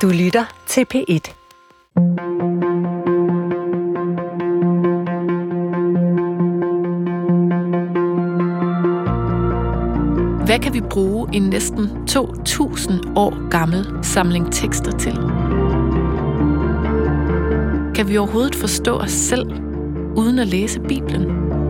Du lytter til P1. Hvad kan vi bruge en næsten 2.000 år gammel samling tekster til? Kan vi overhovedet forstå os selv, uden at læse Bibelen?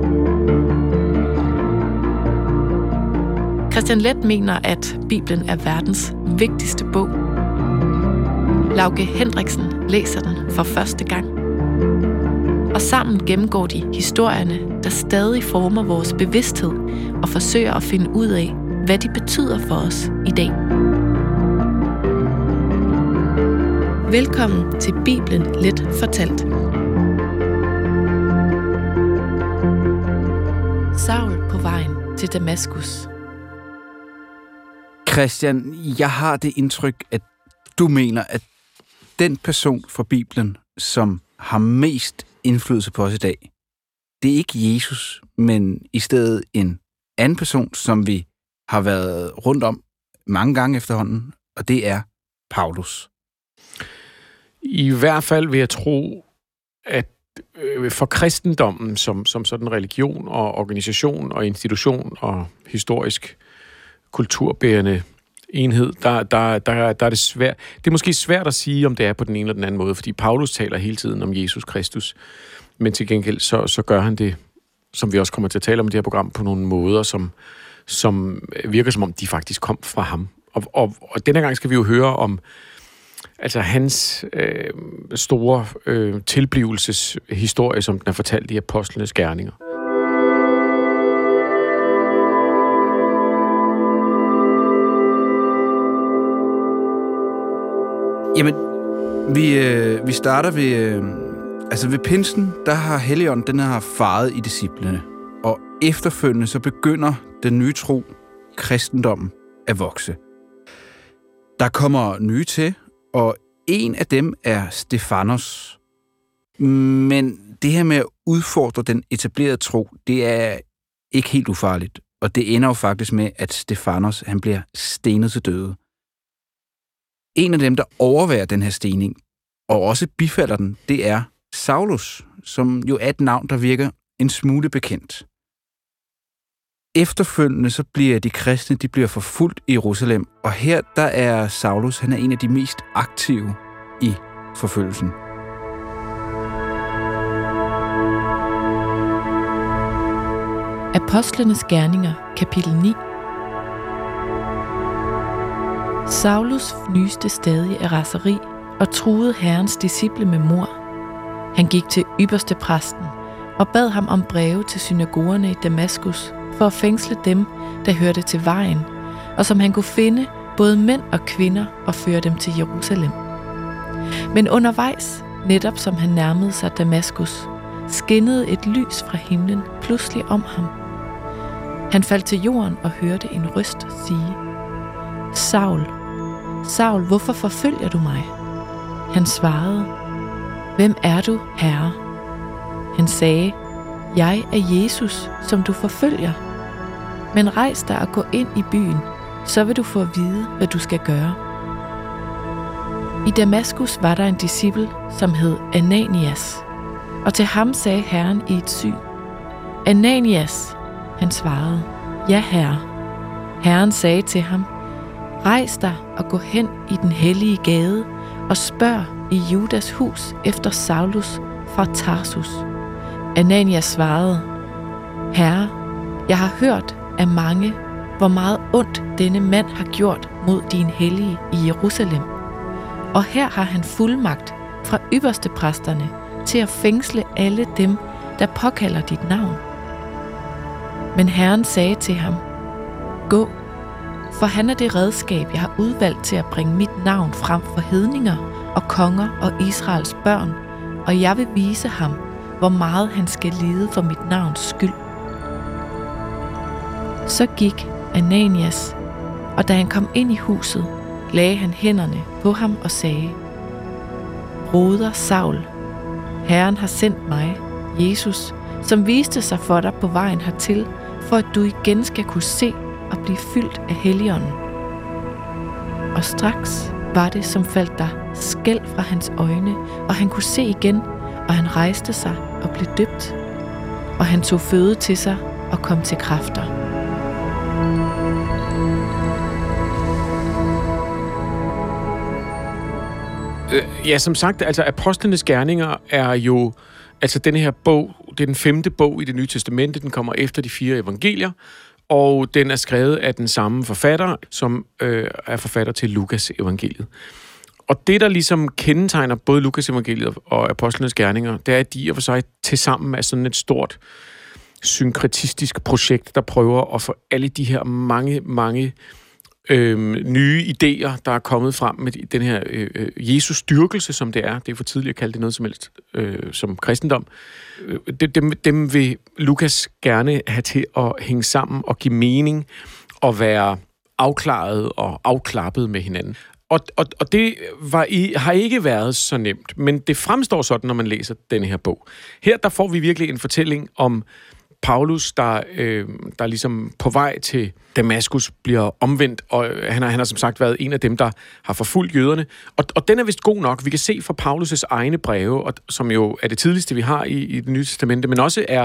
Christian Leth mener, at Bibelen er verdens vigtigste bog. Lauke Hendriksen læser den for første gang. Og sammen gennemgår de historierne, der stadig former vores bevidsthed og forsøger at finde ud af, hvad de betyder for os i dag. Velkommen til Bibelen Let fortalt. Saul på vejen til Damaskus. Christian, jeg har det indtryk, at du mener, at den person fra Bibelen, som har mest indflydelse på os i dag, det er ikke Jesus, men i stedet en anden person, som vi har været rundt om mange gange efterhånden, og det er Paulus. I hvert fald vil jeg tro, at for kristendommen som sådan religion og organisation og institution og historisk kulturbærende enhed, der er det svært. Det er måske svært at sige, om det er på den ene eller den anden måde, fordi Paulus taler hele tiden om Jesus Kristus, men til gengæld så gør han det, som vi også kommer til at tale om i det her program, på nogle måder, som virker som om, de faktisk kom fra ham. Og denne gang skal vi jo høre om altså hans store tilblivelseshistorie, som den er fortalt i Apostlenes Gerninger. Jamen, vi starter ved pinsen, der har Helligånden, den har faret i disciplene, og efterfølgende så begynder den nye tro, kristendommen, at vokse. Der kommer nye til, og en af dem er Stefanos. Men det her med at udfordre den etablerede tro, det er ikke helt ufarligt, og det ender jo faktisk med, at Stefanos, han bliver stenet til døde. En af dem, der overværer den her stening, og også bifalder den, det er Saulus, som jo er et navn, der virker en smule bekendt. Efterfølgende så bliver de kristne, de bliver forfulgt i Jerusalem, og her der er Saulus, han er en af de mest aktive i forfølgelsen. Apostlenes Gerninger, kapitel 9. Saulus fnyste stadig af raseri og truede Herrens disciple med mord. Han gik til ypperstepræsten og bad ham om breve til synagogerne i Damaskus for at fængsle dem, der hørte til vejen, og som han kunne finde både mænd og kvinder og føre dem til Jerusalem. Men undervejs, netop som han nærmede sig Damaskus, skinnede et lys fra himlen pludselig om ham. Han faldt til jorden og hørte en røst sige: Saul, Saul, hvorfor forfølger du mig? Han svarede: Hvem er du, Herre? Han sagde: Jeg er Jesus, som du forfølger. Men rejs dig og gå ind i byen, så vil du få at vide, hvad du skal gøre. I Damaskus var der en disciple, som hed Ananias, og til ham sagde Herren i et syn: Ananias. Han svarede: Ja, Herre. Herren sagde til ham: Rejs dig og gå hen i den hellige gade og spørg i Judas hus efter Saulus fra Tarsus. Ananias svarede: Herre, jeg har hørt af mange, hvor meget ondt denne mand har gjort mod din hellige i Jerusalem. Og her har han fuldmagt fra ypperstepræsterne til at fængsle alle dem, der påkalder dit navn. Men Herren sagde til ham: Gå, for han er det redskab, jeg har udvalgt til at bringe mit navn frem for hedninger og konger og Israels børn, og jeg vil vise ham, hvor meget han skal lide for mit navns skyld. Så gik Ananias, og da han kom ind i huset, lagde han hænderne på ham og sagde: Broder Saul, Herren har sendt mig, Jesus, som viste sig for dig på vejen hertil, for at du igen skal kunne se og blive fyldt af Helligånden. Og straks var det, som faldt der skæld fra hans øjne, og han kunne se igen, og han rejste sig og blev døbt. Og han tog føde til sig og kom til kræfter. Ja, som sagt, altså Apostlenes Gerninger er jo, altså den her bog, det er den 5. bog i Det Nye Testamente, den kommer efter de 4 evangelier, og den er skrevet af den samme forfatter, som er forfatter til Lukas evangeliet. Og det, der ligesom kendetegner både Lukas evangeliet og Apostlenes Gerninger, det er, at de i og for sig tilsammen er sådan et stort synkretistisk projekt, der prøver at få alle de her mange nye idéer, der er kommet frem med den her Jesus-dyrkelse, som det er. Det er for tidligt at kalde det noget som helst som kristendom. Dem vil Lukas gerne have til at hænge sammen og give mening og være afklaret og afklappet med hinanden. Og det har ikke været så nemt, men det fremstår sådan, når man læser denne her bog. Her der får vi virkelig en fortælling om Paulus, der ligesom på vej til Damaskus bliver omvendt, og han har som sagt været en af dem, der har forfulgt jøderne. Og den er vist god nok. Vi kan se fra Paulus' egne breve, som jo er det tidligste, vi har i Det Nye Testamente, men også er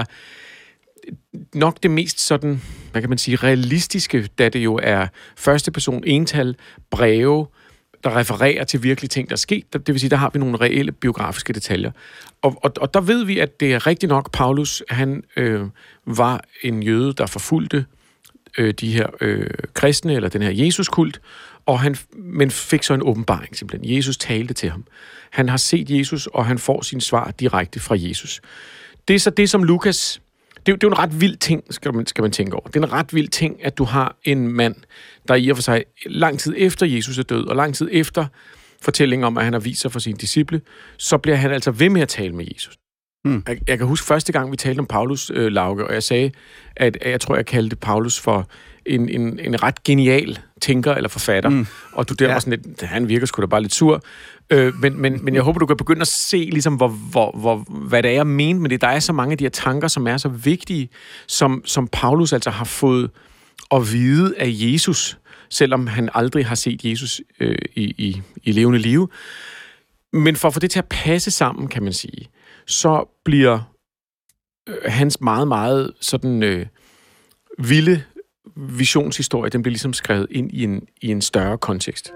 nok det mest sådan, hvad kan man sige, realistiske, da det jo er første person ental breve, der refererer til virkelige ting, der er sket. Det vil sige, der har vi nogle reelle biografiske detaljer. Og der ved vi, at det er rigtigt nok, Paulus, han var en jøde, der forfulgte de her kristne, eller den her Jesus-kult, men fik så en åbenbaring simpelthen. Jesus talte til ham. Han har set Jesus, og han får sin svar direkte fra Jesus. Det er så det, som Lukas... Det er jo en ret vild ting, skal man tænke over. Det er en ret vild ting, at du har en mand, der i og for sig lang tid efter Jesus er død, og lang tid efter fortællingen om, at han har vist sig for sine disciple, så bliver han altså ved med at tale med Jesus. Jeg kan huske første gang, vi talte om Paulus, Lauke, og jeg sagde, at jeg tror, jeg kaldte Paulus for en ret genial tænker eller forfatter, og du der var sådan lidt, han virker sgu da bare lidt sur, men jeg håber, du kan begynde at se, ligesom, hvad det er, jeg mente med det. Der er så mange af de her tanker, som er så vigtige, som Paulus altså har fået at vide af Jesus, selvom han aldrig har set Jesus i levende liv. Men for at få det til at passe sammen, kan man sige, så bliver hans meget, meget sådan vilde visionshistorie, den bliver ligesom skrevet ind i en større kontekst.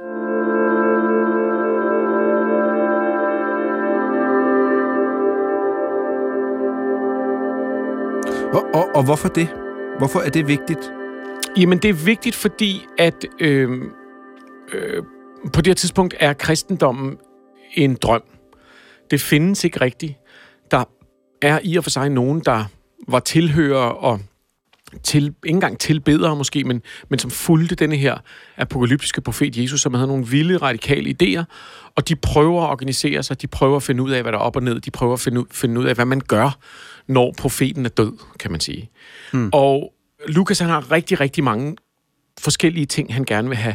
Og hvorfor det? Hvorfor er det vigtigt? Jamen, det er vigtigt, fordi at på det her tidspunkt er kristendommen en drøm. Det findes ikke rigtigt. Der er i og for sig nogen, der var tilhører og ikke engang tilbedere måske, men som fulgte denne her apokalyptiske profet Jesus, som havde nogle vilde, radikale idéer, og de prøver at organisere sig, de prøver at finde ud af, hvad der er op og ned, de prøver at finde ud af, hvad man gør, når profeten er død, kan man sige. Og Lukas, han har rigtig, rigtig mange forskellige ting, han gerne vil have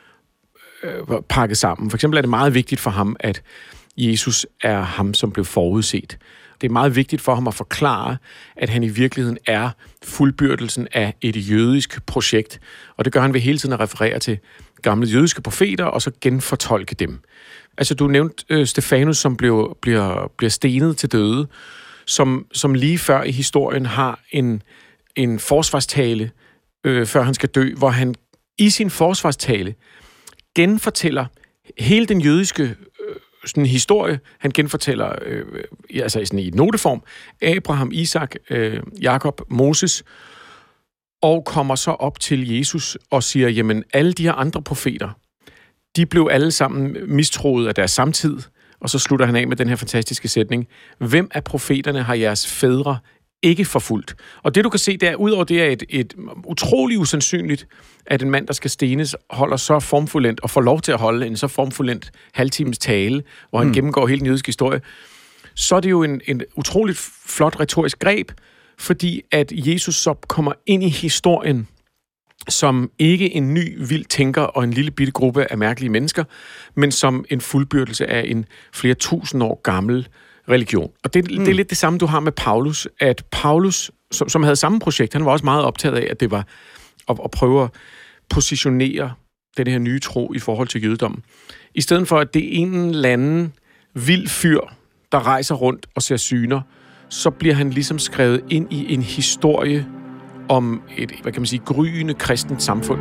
pakket sammen. For eksempel er det meget vigtigt for ham, at Jesus er ham, som blev forudset. Det er meget vigtigt for ham at forklare, at han i virkeligheden er fuldbyrdelsen af et jødisk projekt. Og det gør han ved hele tiden at referere til gamle jødiske profeter, og så genfortolke dem. Altså, du nævnte Stefanus, som bliver stenet til døde, som lige før i historien har en forsvarstale, før han skal dø, hvor han i sin forsvarstale genfortæller hele den jødiske sådan en historie. Han genfortæller altså sådan i noteform Abraham, Isak, Jakob, Moses, og kommer så op til Jesus og siger, jamen alle de her andre profeter, de blev alle sammen mistroet af deres samtid, og så slutter han af med den her fantastiske sætning: hvem af profeterne har jeres fædre ikke forfulgt? Og det du kan se, det er, udover det er et utroligt usandsynligt, at en mand, der skal stenes, holder så formfuldendt og får lov til at holde en så formfuldendt halvtimes tale, hvor han gennemgår hele den jødiske historie, så er det jo en utroligt flot retorisk greb, fordi at Jesus så kommer ind i historien som ikke en ny, vild tænker og en lille bitte gruppe af mærkelige mennesker, men som en fuldbyrdelse af en flere tusind år gammel religion. Og det er lidt det samme, du har med Paulus, at Paulus, som havde samme projekt, han var også meget optaget af, at det var at prøve at positionere den her nye tro i forhold til jødedommen. I stedet for, at det er en eller anden vild fyr, der rejser rundt og ser syner, så bliver han ligesom skrevet ind i en historie om et, hvad kan man sige, gryende kristent samfund.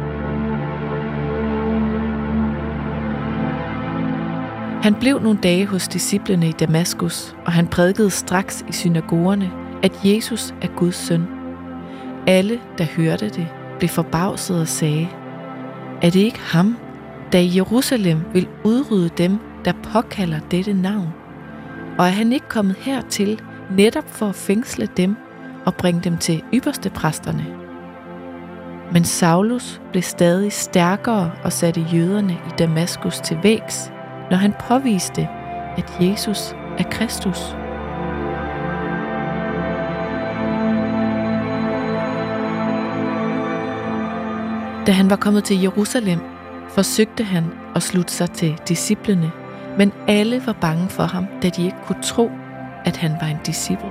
Han blev nogle dage hos disciplene i Damaskus, og han prædikede straks i synagogerne, at Jesus er Guds søn. Alle, der hørte det, blev forbavset og sagde, er det ikke ham, der i Jerusalem vil udrydde dem, der påkalder dette navn? Og er han ikke kommet hertil netop for at fængsle dem og bringe dem til ypperstepræsterne? Men Saulus blev stadig stærkere og satte jøderne i Damaskus til vægs, når han påviste, at Jesus er Kristus. Da han var kommet til Jerusalem, forsøgte han at slutte sig til disciplene, men alle var bange for ham, da de ikke kunne tro, at han var en disciple.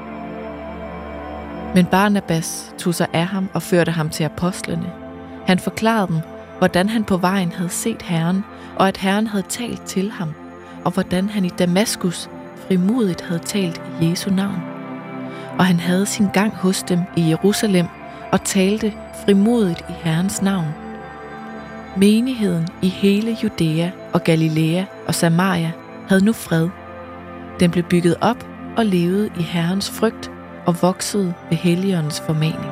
Men Barnabas tog sig af ham og førte ham til apostlene. Han forklarede dem, hvordan han på vejen havde set Herren, og at Herren havde talt til ham, og hvordan han i Damaskus frimodigt havde talt i Jesu navn. Og han havde sin gang hos dem i Jerusalem og talte frimodigt i Herrens navn. Menigheden i hele Judæa og Galilea og Samaria havde nu fred. Den blev bygget op og levede i Herrens frygt og voksede ved Helligåndens formaning.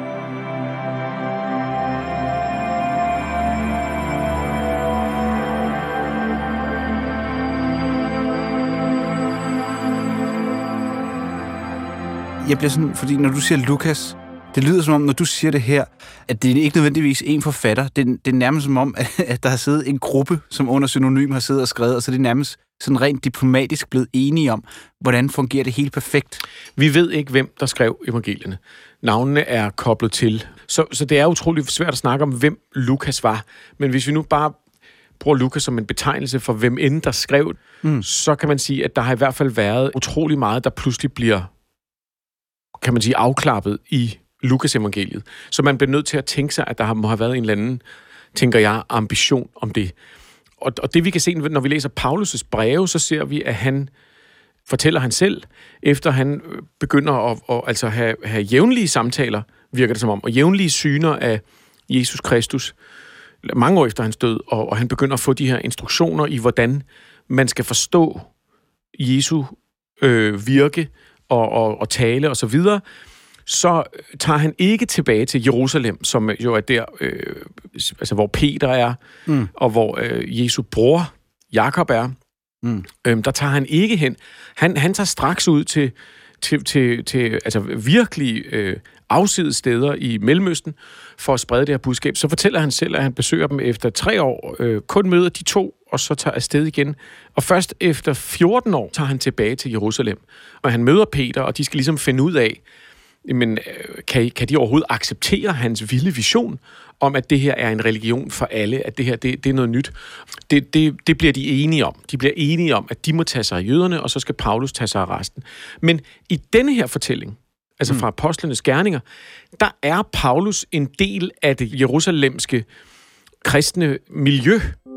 Jeg bliver sådan, fordi når du siger Lukas, det lyder som om, når du siger det her, at det er ikke nødvendigvis en forfatter. Det er nærmest som om, at der har siddet en gruppe, som under synonym har siddet og skrevet, og så er det nærmest sådan rent diplomatisk blevet enige om, hvordan fungerer det helt perfekt. Vi ved ikke, hvem der skrev evangelierne. Navnene er koblet til. Så det er utroligt svært at snakke om, hvem Lukas var. Men hvis vi nu bare bruger Lukas som en betegnelse for, hvem end der skrev, så kan man sige, at der har i hvert fald været utrolig meget, der pludselig bliver, kan man sige, afklappet i Lukas evangeliet. Så man bliver nødt til at tænke sig, at der må have været en eller anden, tænker jeg, ambition om det. Og det vi kan se, når vi læser Paulus' breve, så ser vi, at han fortæller han selv, efter han begynder at altså have jævnlige samtaler, virker det som om, og jævnlige syner af Jesus Kristus, mange år efter hans død, og han begynder at få de her instruktioner i, hvordan man skal forstå Jesu virke og tale og så videre, så tager han ikke tilbage til Jerusalem, som jo er der, altså hvor Peter er, og hvor Jesu bror Jakob er. Der tager han ikke hen. Han tager straks ud til altså virkelig afsides steder i Mellemøsten for at sprede det her budskab. Så fortæller han selv, at han besøger dem efter 3 år, kun møder de 2, og så tager afsted igen. Og først efter 14 år tager han tilbage til Jerusalem. Og han møder Peter, og de skal ligesom finde ud af, men kan de overhovedet acceptere hans vilde vision om, at det her er en religion for alle, at det her det er noget nyt. Det bliver de enige om. De bliver enige om, at de må tage sig af jøderne, og så skal Paulus tage sig af resten. Men i denne her fortælling, altså fra apostlenes gerninger, der er Paulus en del af det jerusalemske kristne miljø.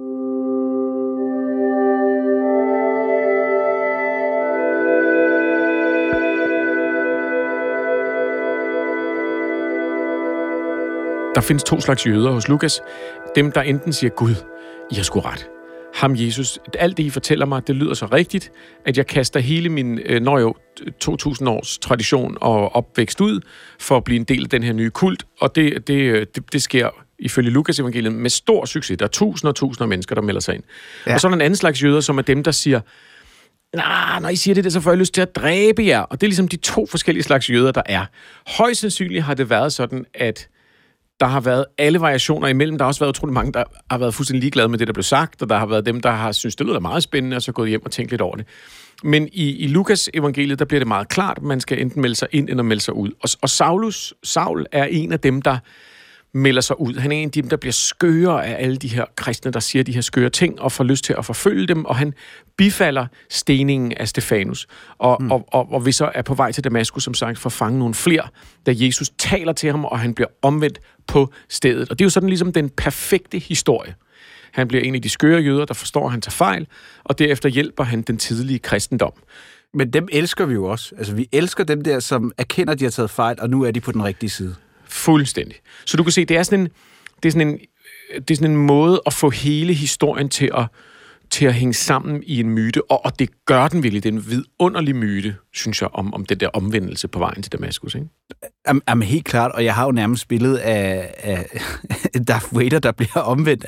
Der findes 2 slags jøder hos Lukas. Dem, der enten siger, Gud, I har sgu ret. Ham Jesus, alt det, I fortæller mig, det lyder så rigtigt, at jeg kaster hele min 2000 års tradition og opvækst ud, for at blive en del af den her nye kult. Og det sker ifølge Lukas evangeliet med stor succes. Der er tusinder og tusinder af mennesker, der melder sig ind. Ja. Og så er der en anden slags jøder, som er dem, der siger, når I siger det, så får jeg lyst til at dræbe jer. Og det er ligesom de 2 forskellige slags jøder, der er. Højst sandsynligt har det været sådan, at der har været alle variationer imellem. Der har også været utrolig mange, der har været fuldstændig ligeglade med det, der blev sagt, og der har været dem, der har syntes, det lyder meget spændende, og så gået hjem og tænkt lidt over det. Men i Lukas evangeliet, der bliver det meget klart, at man skal enten melde sig ind, eller melde sig ud. Og Saul er en af dem, der melder sig ud. Han er en af dem, der bliver skøre af alle de her kristne, der siger de her skøre ting, og får lyst til at forfølge dem, og han bifalder steningen af Stefanus. Og vi så er på vej til Damaskus, som sagt, for at fange nogle flere, da Jesus taler til ham, og han bliver omvendt på stedet. Og det er jo sådan ligesom den perfekte historie. Han bliver en af de skøre jøder, der forstår, at han tager fejl, og derefter hjælper han den tidlige kristendom. Men dem elsker vi jo også. Altså, vi elsker dem der, som erkender, at de har taget fejl, og nu er de på den rigtige side. Fuldstændig. Så du kan se, det er sådan en måde at få hele historien til at hænge sammen i en myte, og det gør den virkelig. Det er en vidunderlig myte, synes jeg, om den der omvendelse på vejen til Damaskus, ikke? Jamen, helt klart, og jeg har jo nærmest billedet af Darth Vader, der bliver omvendt.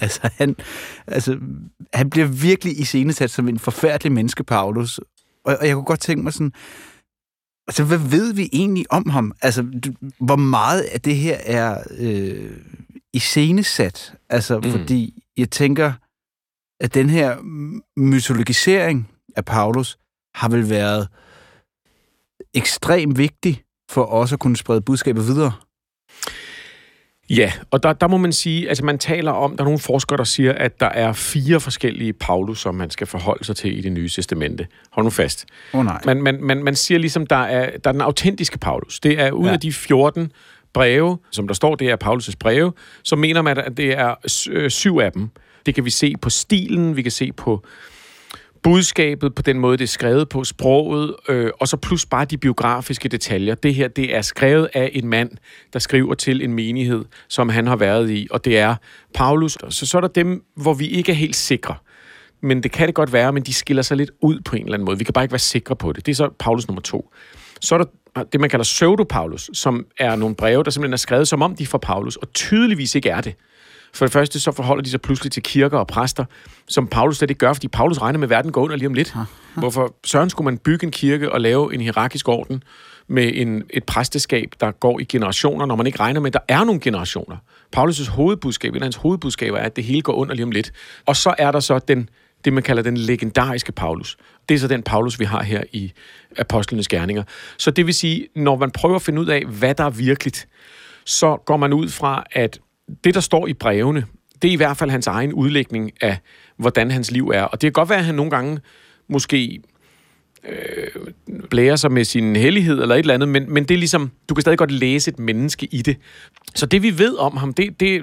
Han bliver virkelig iscenesat som en forfærdelig menneske, Paulus. Og jeg kunne godt tænke mig sådan, altså, hvad ved vi egentlig om ham? Altså, hvor meget af det her er iscenesat? Altså, fordi jeg tænker, at den her mytologisering af Paulus har vel været ekstremt vigtig for os at kunne sprede budskabet videre. Ja, og der må man sige, altså man taler om, der er nogle forskere, der siger, at der er 4 forskellige Paulus, som man skal forholde sig til i Det Nye Testamente. Hold nu fast. Nej. Man siger ligesom, der er den autentiske Paulus. Det er ud af de 14 breve, som der står, det er Paulus' breve, så mener man, at det er 7 af dem. Det kan vi se på stilen, vi kan se på budskabet, på den måde, det er skrevet på, sproget, og så plus bare de biografiske detaljer. Det her, det er skrevet af en mand, der skriver til en menighed, som han har været i, og det er Paulus. Så er der dem, hvor vi ikke er helt sikre. Men det kan det godt være, men de skiller sig lidt ud på en eller anden måde. Vi kan bare ikke være sikre på det. Det er så Paulus nummer 2. Så er der det, man kalder pseudo-Paulus, som er nogle breve, der simpelthen er skrevet, som om de er fra Paulus, og tydeligvis ikke er det. For det første, så forholder de sig pludselig til kirker og præster, som Paulus slet ikke gør, fordi Paulus regner med, at verden går under lige om lidt. Hvorfor søren skulle man bygge en kirke og lave en hierarkisk orden med et præsteskab, der går i generationer, når man ikke regner med, at der er nogle generationer. Paulus' hovedbudskab, eller hans hovedbudskaber er, at det hele går under lige om lidt. Og så er der så det, man kalder den legendariske Paulus. Det er så den Paulus, vi har her i Apostlenes Gerninger. Så det vil sige, når man prøver at finde ud af, hvad der er virkeligt, så går man ud fra, at det, der står i brevene, det er i hvert fald hans egen udlægning af, hvordan hans liv er. Og det kan godt være, at han nogle gange måske blærer sig med sin hellighed eller et eller andet, men det er ligesom, du kan stadig godt læse et menneske i det. Så det, vi ved om ham,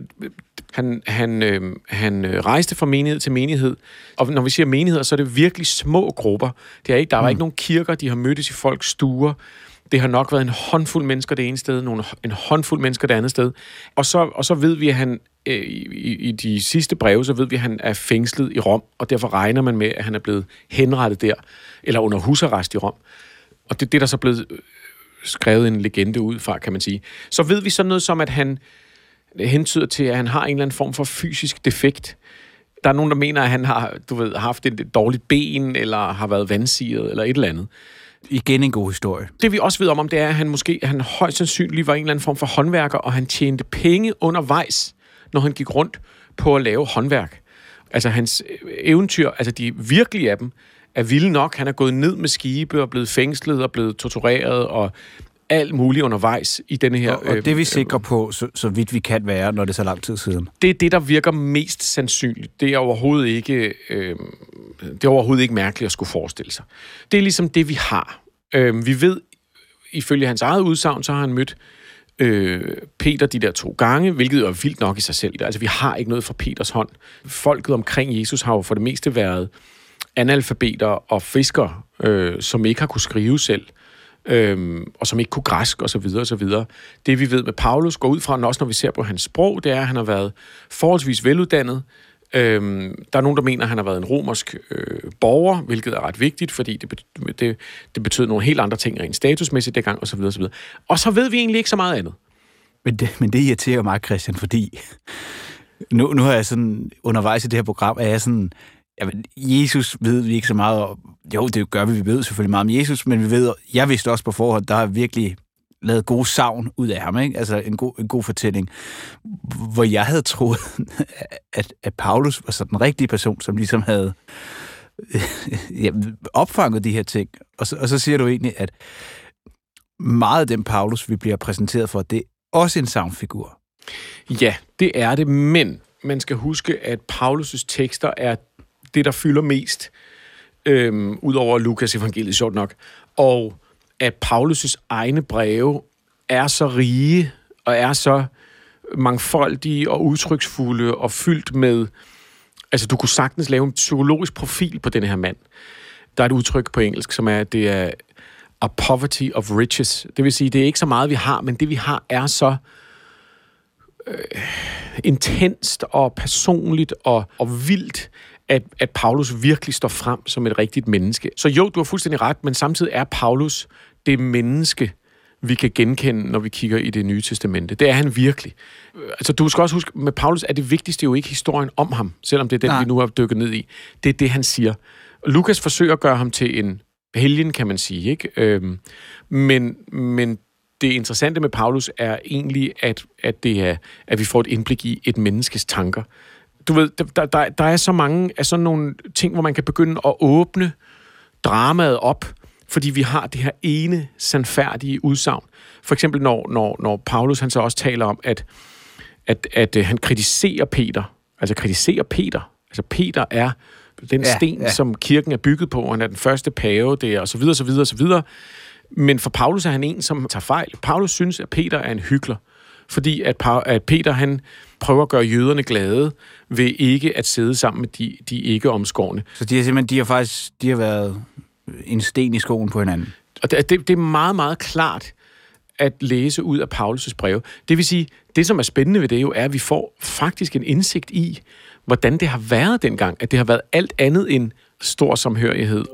han rejste fra menighed til menighed, og når vi siger menigheder, så er det virkelig små grupper. Der var ikke nogen kirker, de har mødtes i folks stuer. Det har nok været en håndfuld mennesker det ene sted, en håndfuld mennesker det andet sted. Og så ved vi, at han i de sidste breve, så ved vi, at han er fængslet i Rom, og derfor regner man med, at han er blevet henrettet der, eller under husarrest i Rom. Og det er der så blevet skrevet en legende ud fra, kan man sige. Så ved vi sådan noget som, at han hentyder til, at han har en eller anden form for fysisk defekt. Der er nogen, der mener, at han har, haft et dårligt ben, eller har været vandsiret, eller et eller andet. Igen en god historie. Det vi også ved om, det er, at han højst sandsynligt var en eller anden form for håndværker, og han tjente penge undervejs, når han gik rundt på at lave håndværk. Altså hans eventyr, altså de virkelige af dem, er vilde nok. Han er gået ned med skibe og blevet fængslet og blevet tortureret og alt muligt undervejs i denne her... Og det er vi sikre på, så vidt vi kan være, når det er så lang tid siden. Det er det, der virker mest sandsynligt. Det er overhovedet ikke mærkeligt at skulle forestille sig. Det er ligesom det, vi har. Vi ved, ifølge hans eget udsagn, så har han mødt Peter de der 2 gange, hvilket er vildt nok i sig selv. Altså, vi har ikke noget fra Peters hånd. Folket omkring Jesus har jo for det meste været analfabeter og fiskere, som ikke har kunne skrive selv, og som ikke kunne græsk, og så videre, og så videre. Det, vi ved med Paulus, går ud fra, også når vi ser på hans sprog, det er, at han har været forholdsvis veluddannet. Der er nogen, der mener, at han har været en romersk borger, hvilket er ret vigtigt, fordi det betød nogle helt andre ting rent statusmæssigt dengang, og så videre, og så videre. Og så ved vi egentlig ikke så meget andet. Men det irriterer mig, Christian, fordi nu har jeg sådan, undervejs i det her program, er jeg sådan, jamen, Jesus ved vi ikke så meget om. Jo, det gør vi ved selvfølgelig meget om Jesus, men jeg vidste også på forhånd, der er virkelig lavet gode savn ud af ham, ikke? Altså en god fortælling, hvor jeg havde troet, at Paulus var sådan en rigtig person, som ligesom havde opfanget de her ting. Og så siger du egentlig, at meget af den Paulus, vi bliver præsenteret for, det er også en savnfigur. Ja, det er det, men man skal huske, at Paulus' tekster er det, der fylder mest, ud over Lukas evangeliet, sjovt nok, og at Paulus' egne breve er så rige, og er så mangfoldige og udtryksfulde, og fyldt med Altså, du kunne sagtens lave en psykologisk profil på den her mand. Der er et udtryk på engelsk, som er, det er a poverty of riches. Det vil sige, det er ikke så meget, vi har, men det, vi har, er så intenst og personligt og vildt, at Paulus virkelig står frem som et rigtigt menneske. Så jo, du har fuldstændig ret, men samtidig er Paulus det menneske, vi kan genkende, når vi kigger i Det Nye Testamente. Det er han virkelig. Altså, du skal også huske, med Paulus er det vigtigste jo ikke historien om ham, selvom det er den, vi nu har dykket ned i. Det er det, han siger. Lukas forsøger at gøre ham til en helgen, kan man sige, ikke? Men det interessante med Paulus er egentlig, at vi får et indblik i et menneskes tanker. Du ved, der er så mange af sådan nogle ting, hvor man kan begynde at åbne dramaet op, fordi vi har det her ene sandfærdige udsagn. For eksempel når Paulus han så også taler om, at han kritiserer Peter. Altså kritiserer Peter. Altså Peter er den sten, som kirken er bygget på, og han er den første pave, det er, og så videre, så videre, så videre. Men for Paulus er han en, som tager fejl. Paulus synes, at Peter er en hykler, fordi at Peter han prøver at gøre jøderne glade ved ikke at sidde sammen med de ikke omskårne. Så de har simpelthen de har været en sten i skoen på hinanden. Og det er meget, meget klart at læse ud af Paulus' breve. Det vil sige, det som er spændende ved det jo, er, at vi får faktisk en indsigt i, hvordan det har været dengang, at det har været alt andet end stor samhørighed.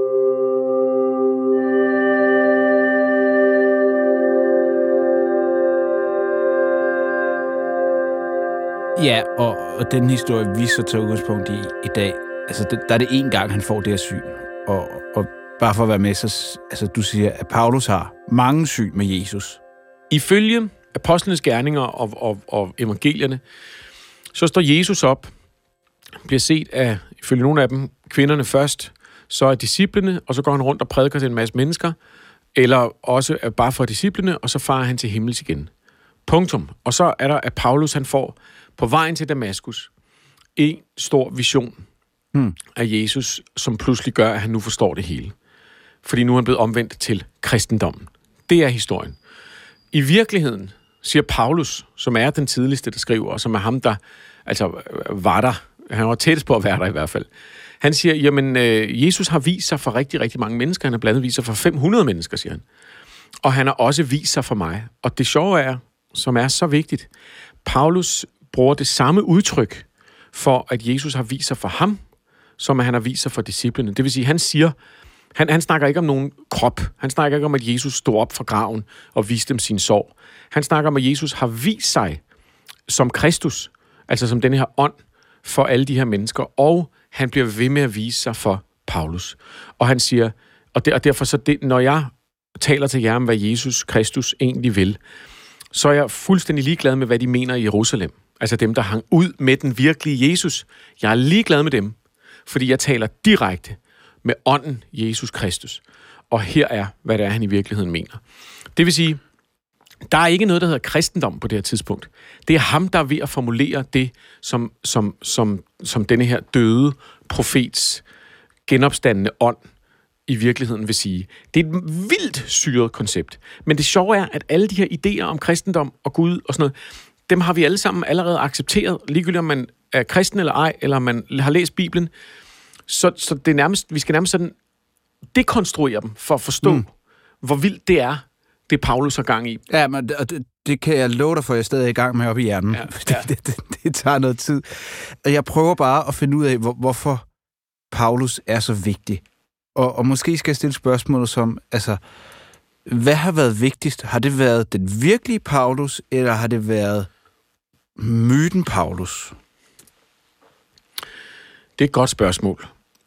Ja, og den historie, vi så tager udgangspunkt i dag, altså der er det en gang, han får det her syn. Og bare for at være med, så altså, du siger, at Paulus har mange syn med Jesus. Ifølge apostlenes gerninger og evangelierne, så står Jesus op, bliver set af, ifølge nogle af dem, kvinderne først, så er disciplene, og så går han rundt og prædiker til en masse mennesker, eller også bare for disciplene, og så farer han til himmels igen. Punktum. Og så er der, at Paulus han får på vejen til Damaskus en stor vision af Jesus, som pludselig gør, at han nu forstår det hele. Fordi nu er han blevet omvendt til kristendommen. Det er historien. I virkeligheden, siger Paulus, som er den tidligste, der skriver, og som er ham, der altså var der. Han var tættest på at være der i hvert fald. Han siger, jamen, Jesus har vist sig for rigtig, rigtig mange mennesker. Han har blandt andet vist sig for 500 mennesker, siger han. Og han har også vist sig for mig. Og det sjove er, som er så vigtigt, Paulus bruger det samme udtryk for, at Jesus har vist sig for ham, som han har vist sig for disciplene. Det vil sige, han siger, han snakker ikke om nogen krop. Han snakker ikke om, at Jesus stod op fra graven og viste dem sin sorg. Han snakker om, at Jesus har vist sig som Kristus, altså som den her ånd for alle de her mennesker, og han bliver ved med at vise sig for Paulus. Og han siger, og derfor så det, når jeg taler til jer om, hvad Jesus Kristus egentlig vil, så er jeg fuldstændig ligeglad med, hvad de mener i Jerusalem. Altså dem, der hang ud med den virkelige Jesus. Jeg er ligeglad med dem, fordi jeg taler direkte med ånden Jesus Kristus. Og her er, hvad det er, han i virkeligheden mener. Det vil sige, der er ikke noget, der hedder kristendom på det her tidspunkt. Det er ham, der er ved at formulere det, som denne her døde profets genopstandende ånd i virkeligheden vil sige. Det er et vildt syret koncept. Men det sjove er, at alle de her idéer om kristendom og Gud og sådan noget, dem har vi alle sammen allerede accepteret, ligegyldigt om man er kristen eller ej, eller man har læst Bibelen. Så det er nærmest, vi skal nærmest sådan dekonstruere dem for at forstå, hvor vildt det er, det Paulus har gang i. Ja, men det kan jeg love dig for, at jeg stadig er i gang med op i hjernen. Ja. Det tager noget tid. Jeg prøver bare at finde ud af, hvorfor Paulus er så vigtig. Og måske skal jeg stille spørgsmål som, altså, hvad har været vigtigst? Har det været den virkelige Paulus, eller har det været myten Paulus? Det er et godt spørgsmål.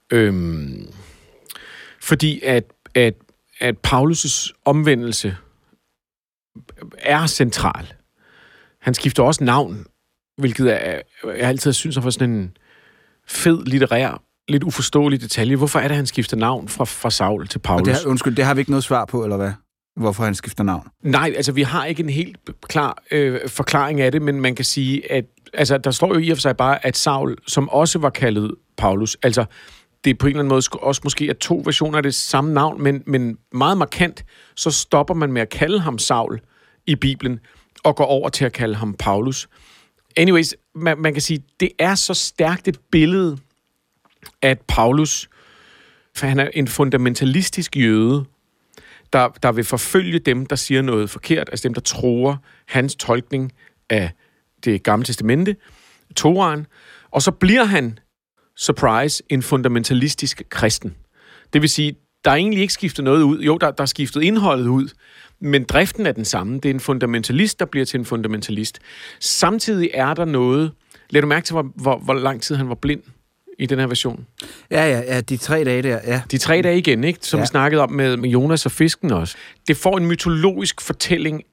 Fordi at Paulus' omvendelse er central. Han skifter også navn, hvilket jeg altid synes er for sådan en fed, litterær, lidt uforståelig detalje. Hvorfor er det, han skifter navn fra Saul til Paulus? Det har vi ikke noget svar på, eller hvad? Hvorfor han skifter navn? Nej, altså vi har ikke en helt klar forklaring af det, men man kan sige, at altså, der står jo i og for sig bare, at Saul, som også var kaldet Paulus, altså det er på en eller anden måde også måske er to versioner af det samme navn, men meget markant, så stopper man med at kalde ham Saul i Bibelen, og går over til at kalde ham Paulus. Anyways, man kan sige, det er så stærkt et billede, at Paulus, for han er en fundamentalistisk jøde, der vil forfølge dem, der siger noget forkert, altså dem, der tror hans tolkning af det gamle testamente, Toraen, og så bliver han, surprise, en fundamentalistisk kristen. Det vil sige, der er egentlig ikke skiftet noget ud. Jo, der er skiftet indholdet ud, men driften er den samme. Det er en fundamentalist, der bliver til en fundamentalist. Samtidig er der noget... Lad du mærke til, hvor lang tid han var blind i den her version? Ja, de 3 dage der, ja. De 3 dage igen, ikke? Som vi snakkede om med Jonas og fisken også. Det får en mytologisk fortælling,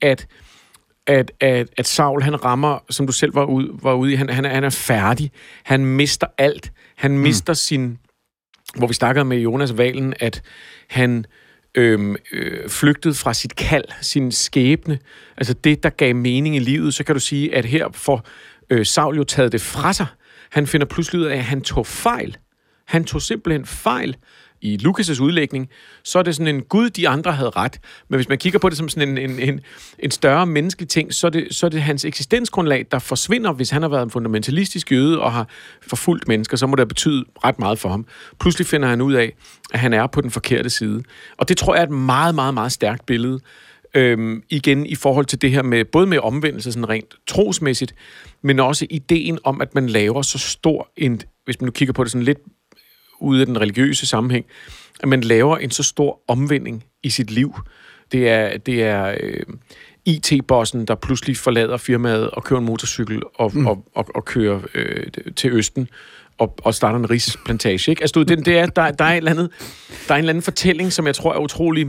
at Saul, han rammer, som du selv var ude i, han er færdig. Han mister alt. Han mister sin... Hvor vi snakkede med Jonas Valen, at han flygtede fra sit kald, sin skæbne, altså det, der gav mening i livet, så kan du sige, at her får Saul jo taget det fra sig. Han finder pludselig ud af, at han tog fejl. Han tog simpelthen fejl. I Lukas' udlægning, så er det sådan en Gud, de andre havde ret. Men hvis man kigger på det som sådan en større menneskelig ting, så er det hans eksistensgrundlag, der forsvinder, hvis han har været en fundamentalistisk jøde og har forfulgt mennesker, så må det betyde ret meget for ham. Pludselig finder han ud af, at han er på den forkerte side. Og det tror jeg er et meget, meget, meget stærkt billede. Igen i forhold til det her med, både med omvendelse sådan rent trosmæssigt, men også ideen om, at man laver så stor en, hvis man nu kigger på det sådan lidt ude af den religiøse sammenhæng, at man laver en så stor omvending i sit liv. Det er IT-bossen, der pludselig forlader firmaet og kører en motorcykel og kører til Østen og starter en risplantage. Ikke? Altså, der er en eller anden fortælling, som jeg tror er utrolig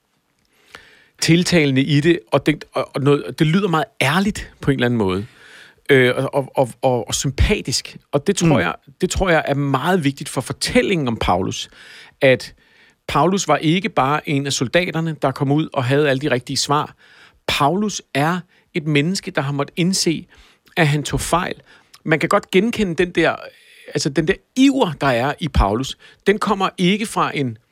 tiltalende i det, og det lyder meget ærligt på en eller anden måde. Og sympatisk. Og det tror jeg er meget vigtigt for fortællingen om Paulus, at Paulus var ikke bare en af soldaterne, der kom ud og havde alle de rigtige svar. Paulus er et menneske, der har måttet indse, at han tog fejl. Man kan godt genkende den der iver, der er i Paulus. Den kommer ikke fra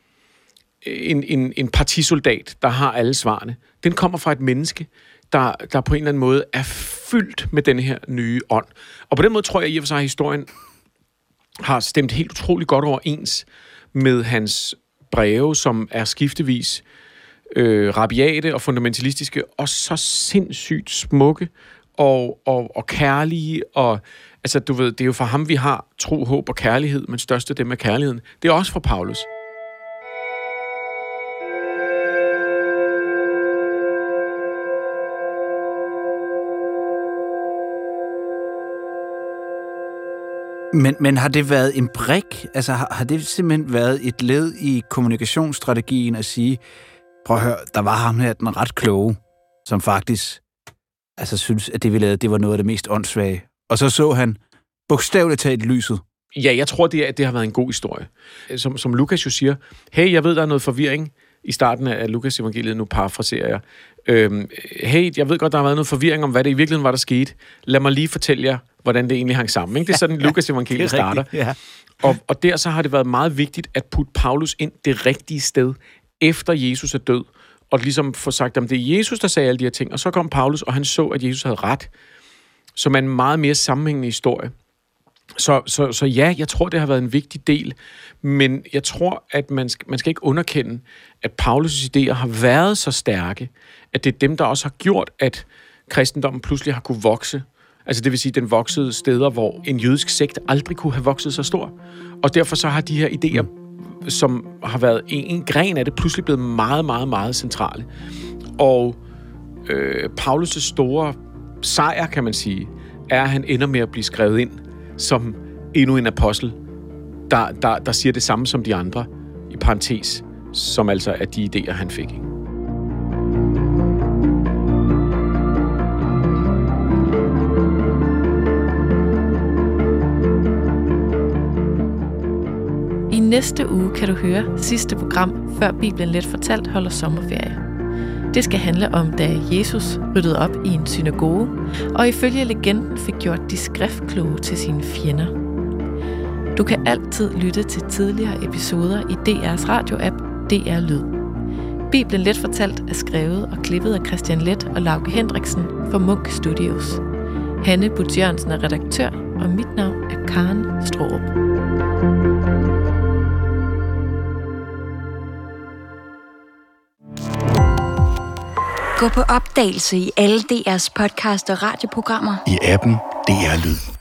en partisoldat, der har alle svarene. Den kommer fra et menneske, der på en eller anden måde er fyldt med denne her nye ånd. Og på den måde tror jeg i og for sig, at historien har stemt helt utroligt godt overens med hans breve, som er skiftevis rabiate og fundamentalistiske, og så sindssygt smukke og kærlige. Og altså, du ved, det er jo for ham, vi har tro, håb og kærlighed, men største dem er kærligheden. Det er også for Paulus. Men har det været en brik? Altså har det simpelthen været et led i kommunikationsstrategien at sige, prøv at høre, der var ham her, den ret kloge, som faktisk synes, at det vi lavede, det var noget af det mest åndssvage. Og så han bogstaveligt talt lyset. Ja, jeg tror, det har været en god historie. Som Lukas jo siger, hey, jeg ved, der er noget forvirring i starten af Lukas evangeliet, nu parafraserer jeg. Hey, jeg ved godt, der har været noget forvirring om, hvad det i virkeligheden var, der skete. Lad mig lige fortælle jer, hvordan det egentlig hang sammen. Ikke? Det er sådan, Lukas evangeliet starter. Ja. Og der så har det været meget vigtigt at putte Paulus ind det rigtige sted, efter Jesus er død, og ligesom få sagt, om det er Jesus, der sagde alle de her ting. Og så kom Paulus, og han så, at Jesus havde ret, som er en meget mere sammenhængende historie. Så ja, jeg tror, det har været en vigtig del, men jeg tror, at man skal ikke underkende, at Paulus' idéer har været så stærke, at det er dem, der også har gjort, at kristendommen pludselig har kunne vokse. Altså det vil sige, den voksede steder, hvor en jødisk sekt aldrig kunne have vokset så stor. Og derfor så har de her idéer, som har været en gren af det, pludselig blevet meget, meget, meget centrale. Og Paulus' store sejr, kan man sige, er, at han ender med at blive skrevet ind som endnu en apostel, der siger det samme som de andre, i parentes, som altså er de idéer, han fik. I næste uge kan du høre sidste program, før Bibelen Let Fortalt holder sommerferie. Det skal handle om, da Jesus ryddede op i en synagoge, og ifølge legenden fik gjort de skriftkloge til sine fjender. Du kan altid lytte til tidligere episoder i DR's radioapp DR Lyd. Bibelen Let Fortalt er skrevet og klippet af Christian Leth og Lauke Hendriksen for Munk Studios. Hanne Butz Jørgensen er redaktør, og mit navn er Karen Straarup. Gå på opdagelse i alle DR's podcast og radioprogrammer. I appen DR Lyd.